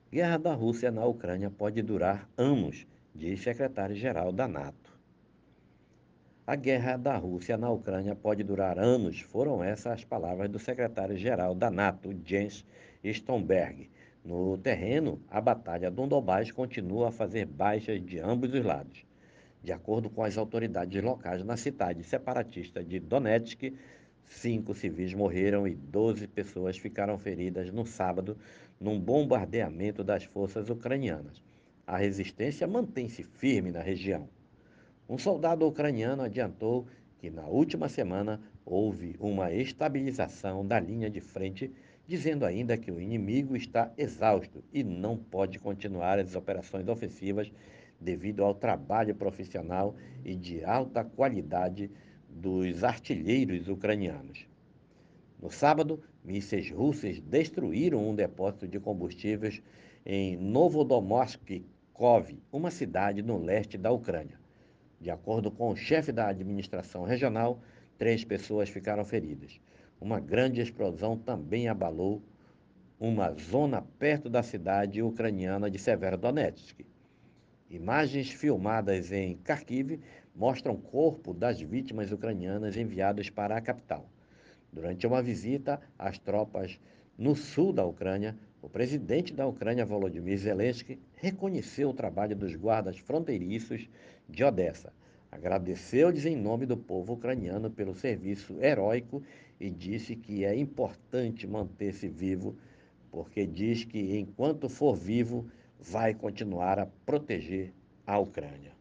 Guerra da Rússia na Ucrânia pode durar anos, diz secretário-geral da NATO. A guerra da Rússia na Ucrânia pode durar anos, foram essas as palavras do secretário-geral da NATO, Jens Stoltenberg. No terreno, a batalha do Donbás continua a fazer baixas de ambos os lados. De acordo com as autoridades locais na cidade separatista de Donetsk, 5 civis morreram e 12 pessoas ficaram feridas no sábado num bombardeamento das forças ucranianas. A resistência mantém-se firme na região. Um soldado ucraniano adiantou que na última semana houve uma estabilização da linha de frente, dizendo ainda que o inimigo está exausto e não pode continuar as operações ofensivas devido ao trabalho profissional e de alta qualidade dos artilheiros ucranianos. No sábado, mísseis russos destruíram um depósito de combustíveis em Novodomostkov, uma cidade no leste da Ucrânia. De acordo com o chefe da administração regional, 3 pessoas ficaram feridas. Uma grande explosão também abalou uma zona perto da cidade ucraniana de Severodonetsk. Imagens filmadas em Kharkiv mostram o corpo das vítimas ucranianas enviadas para a capital. Durante uma visita às tropas no sul da Ucrânia, o presidente da Ucrânia, Volodymyr Zelensky, reconheceu o trabalho dos guardas fronteiriços de Odessa. Agradeceu-lhes em nome do povo ucraniano pelo serviço heróico e disse que é importante manter-se vivo, porque diz que enquanto for vivo, vai continuar a proteger a Ucrânia.